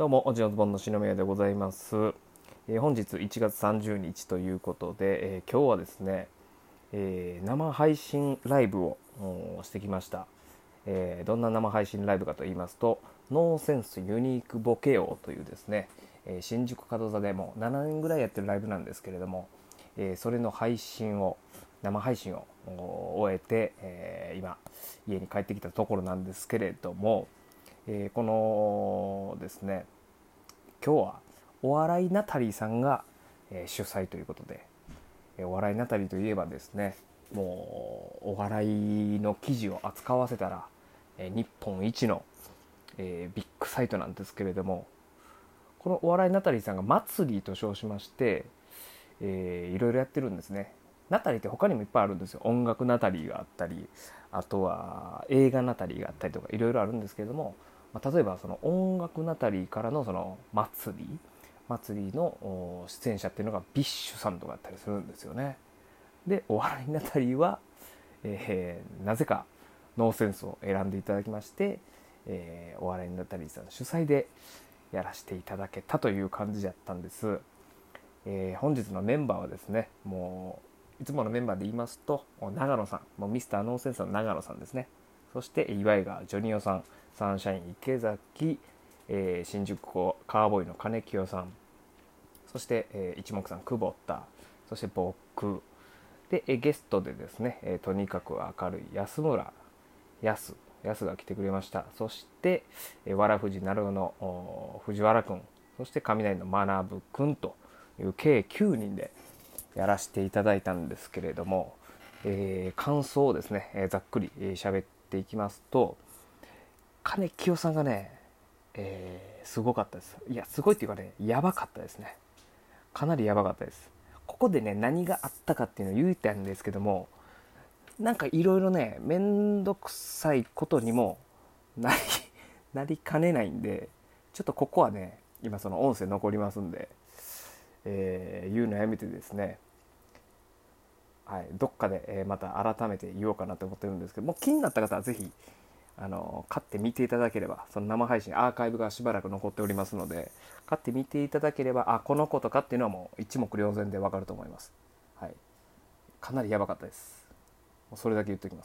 どうもおじおずぼんの篠宮でございます。本日1月30日ということで、今日はですね、生配信ライブをしてきました。どんな生配信ライブかと言いますと、ノーセンスユニークボケ王というですね、新宿門座でも7年ぐらいやってるライブなんですけれども、それの生配信を終えて、今家に帰ってきたところなんですけれども、このですね、今日はお笑いナタリーさんが、主催ということで、お笑いナタリーといえばですね、もうお笑いの記事を扱わせたら、日本一の、ビッグサイトなんですけれども、このお笑いナタリーさんが祭りと称しまして、いろいろやってるんですね。ナタリーって他にもいっぱいあるんですよ。音楽ナタリーがあったり、あとは映画ナタリーがあったりとかいろいろあるんですけれども、例えばその音楽ナタリーからのその祭りの出演者っていうのがビッシュさんとかだったりするんですよね。でお笑いナタリーは、なぜかノーセンスを選んでいただきまして、お笑いナタリーさん主催でやらせていただけたという感じだったんです。本日のメンバーはですね、もういつものメンバーで言いますと長野さん、もうミスターノーセンスの長野さんですね。そして岩井川ジョニオさん、サンシャイン池崎、新宿カーボーイの金清さん、そして、一目散久保田、そして僕で、ゲストでですね、とにかく明るい安村安が来てくれました。そして、わらふじなるおの藤原くん、そして雷の学くんという計9人でやらせていただいたんですけれども、感想をですね、ざっくり喋っていきますと、金清さんがね、すごかったです。いや、すごいっていうかね、やばかったですね。かなりやばかったです。ここでね、何があったかっていうのを言いたいんですけども、なんかいろいろね、めんどくさいことにもなりなりかねないんで、ちょっとここはね、今その音声残りますんで、言うのやめてですね、はい、どっかで、また改めて言おうかなと思ってるんですけども、気になった方はぜひ買ってみていただければ、その生配信アーカイブがしばらく残っておりますので、買ってみていただければ、このことかっていうのはもう一目瞭然でわかると思います。はい、かなりやばかったです。それだけ言っておきます。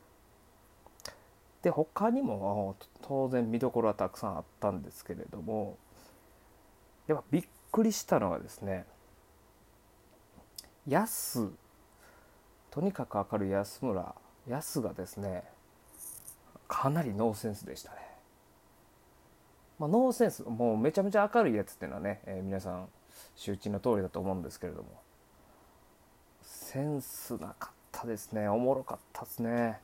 で他にも当然見どころはたくさんあったんですけれども、やっぱびっくりしたのがですね、とにかく明るい安村がですね、かなりノーセンスでしたね。ノーセンス、もうめちゃめちゃ明るいやつっていうのはね、皆さん周知の通りだと思うんですけれども、センスなかったですね。おもろかったですね。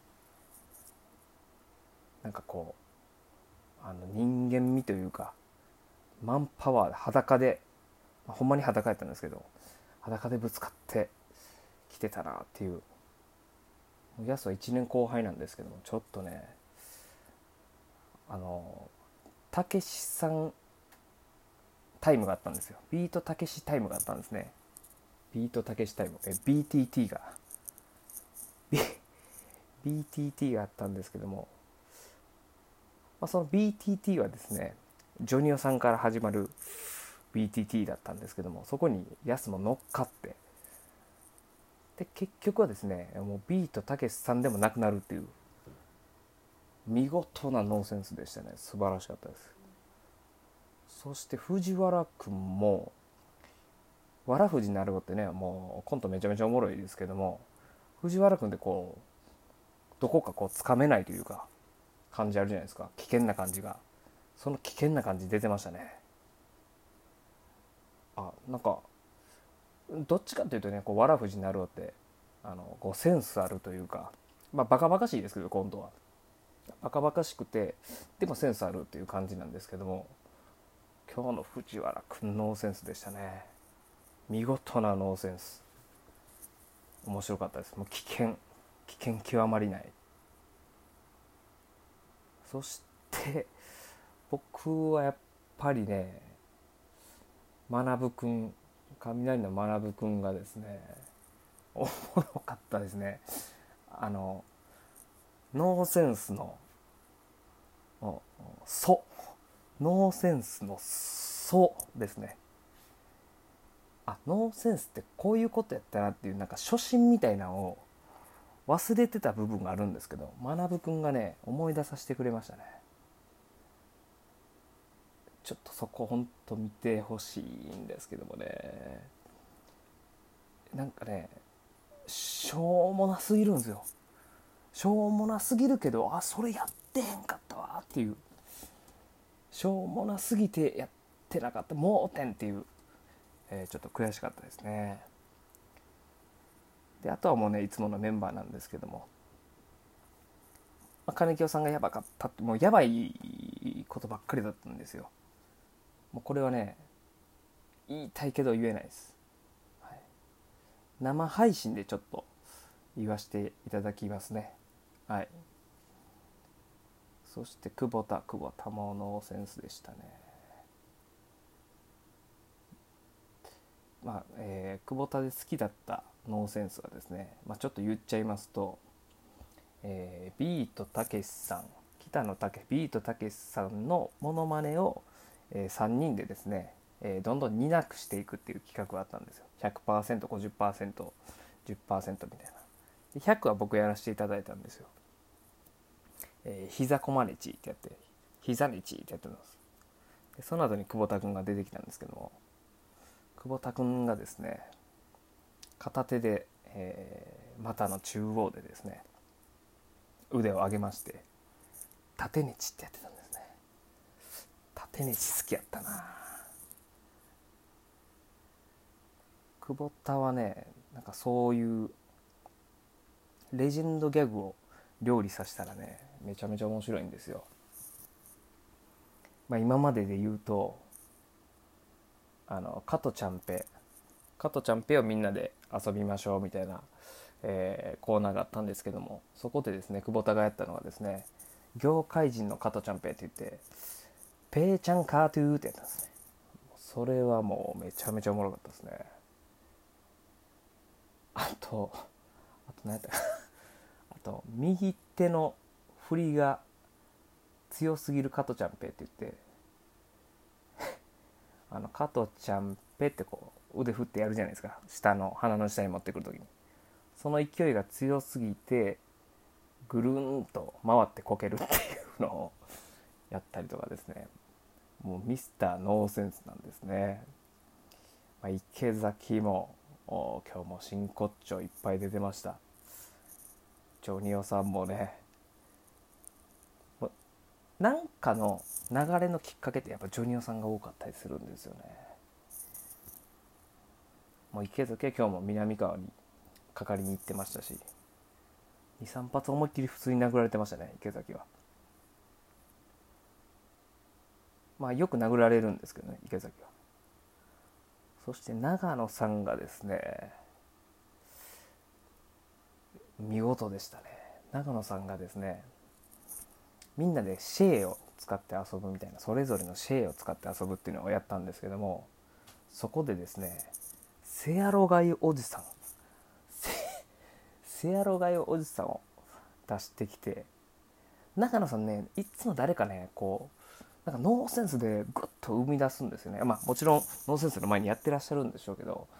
なんかこう人間味というか、マンパワーで裸で、ほんまに裸やったんですけど、裸でぶつかってきてたなっていう。ヤスは1年後輩なんですけども、ちょっとね、たけしさんタイムがあったんですよ。ビートたけしタイムがあったんですね。ビートたけしタイム、BTT が BTT があったんですけども、その BTT はですね、ジョニオさんから始まる BTT だったんですけども、そこにヤスも乗っかって、で結局はですね、もうビートたけしさんでもなくなるっていう、見事なノーセンスでしたね。素晴らしかったです。そして藤原くんも、わらふじなるおってね、もうコントめちゃめちゃおもろいですけども、藤原くんってこうどこかこうつかめないというか感じあるじゃないですか。危険な感じが、その危険な感じ出てましたね。なんかどっちかっていうとね、こうわらふじなるおってこうセンスあるというか、バカバカしいですけど、コントはバカバカしくてでもセンスあるっていう感じなんですけども、今日の藤原くんノーセンスでしたね。見事なノーセンス、面白かったです。もう危険極まりない。そして僕はやっぱりね、学くん、雷の学くんがですね、おもろかったですね。ノーセンスの素ノーセンスの素ですね。ノーセンスってこういうことやったなっていう、なんか初心みたいなのを忘れてた部分があるんですけど、学くんがね思い出させてくれましたね。ちょっとそこほんと見てほしいんですけどもね、なんかねしょうもなすぎるんですよ。しょうもなすぎるけど、それやってへんかったわっていう、しょうもなすぎてやってなかった盲点っていう、ちょっと悔しかったですね。であとはもうねいつものメンバーなんですけども、金清さんがやばかったって、もうやばいことばっかりだったんですよ。もうこれはね言いたいけど言えないです、はい、生配信でちょっと言わせていただきますね。はい。そして久保田もノーセンスでしたね。久保田で好きだったノーセンスはですね、ちょっと言っちゃいますと、ビートたけしさん、ビートたけしさんのモノマネを、3人でですね、どんどん似なくしていくっていう企画があったんですよ。 100%、 50%、 10% みたいな。で100は僕やらせていただいたんですよ。膝こまねちってやって、膝ねちってやってます。でその後に久保田くんが出てきたんですけども、久保田くんがですね片手で、股の中央でですね腕を上げまして縦ネチってやってたんですね。縦ネチ好きやったな。久保田はねなんかそういうレジェンドギャグを料理させたらねめちゃめちゃ面白いんですよ。今までで言うと加トちゃんぺをみんなで遊びましょうみたいな、コーナーがあったんですけども、そこでですね久保田がやったのがですね、業界人の加トちゃんぺって言ってペーちゃんカートゥーってやったんですね。それはもうめちゃめちゃおもろかったですね。あと何やったかあと右手の振りが強すぎる加トちゃんぺって言って加トちゃんぺってこう腕振ってやるじゃないですか、鼻の下に持ってくるときに。その勢いが強すぎてぐるんと回ってこけるっていうのをやったりとかですね、もうミスターノーセンスなんですね。池崎も今日も真骨頂いっぱい出てました。ジョニオさんもね、なんかの流れのきっかけってやっぱジョニオさんが多かったりするんですよね。もう池崎は今日も南川にかかりに行ってましたし、23発思いっきり普通に殴られてましたね池崎は。よく殴られるんですけどね池崎は。そして長野さんがですね見事でしたね。長野さんがですねみんなでシェーを使って遊ぶみたいな、それぞれのシェーを使って遊ぶっていうのをやったんですけども、そこでですねセアロガイおじさんセアロガイおじさんを出してきて、長野さんねいつも誰かねこうなんかノーセンスでグッと生み出すんですよね。もちろんノーセンスの前にやってらっしゃるんでしょうけど、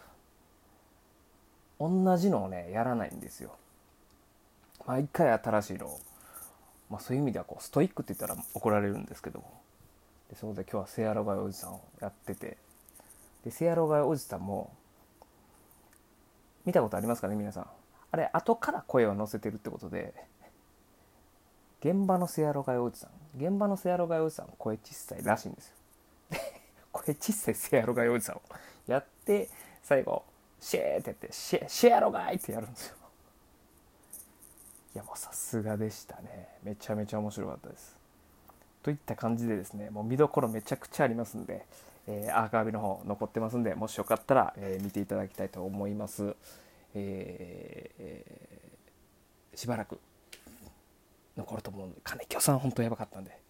同じのをねやらないんですよ。毎回新しいのを、そういう意味ではこうストイックって言ったら怒られるんですけども、でそこで今日はセアロガイおじさんをやってて、でセアロガイおじさんも見たことありますかね皆さん。あれ後から声を乗せてるってことで、現場のセアロガイおじさん声小さいらしいんですよ。声小さいセアロガイおじさんをやって最後シェーってやってシェアロガイってやるんですよ。いやもうさすがでしたね。めちゃめちゃ面白かったです。といった感じでですね、もう見どころめちゃくちゃありますんで、アーカイブの方残ってますんで、もしよかったら、見ていただきたいと思います。しばらく残ると思うので、金京さん本当やばかったんで、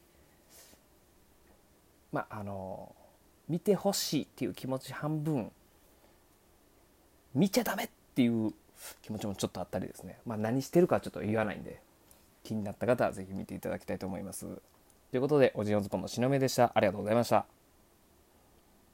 見てほしいっていう気持ち半分、見ちゃダメっていう気持ちもちょっとあったりですね、何してるかはちょっと言わないんで、気になった方はぜひ見ていただきたいと思います。 ということで、オジンオズボンのしのめでした。ありがとうございました。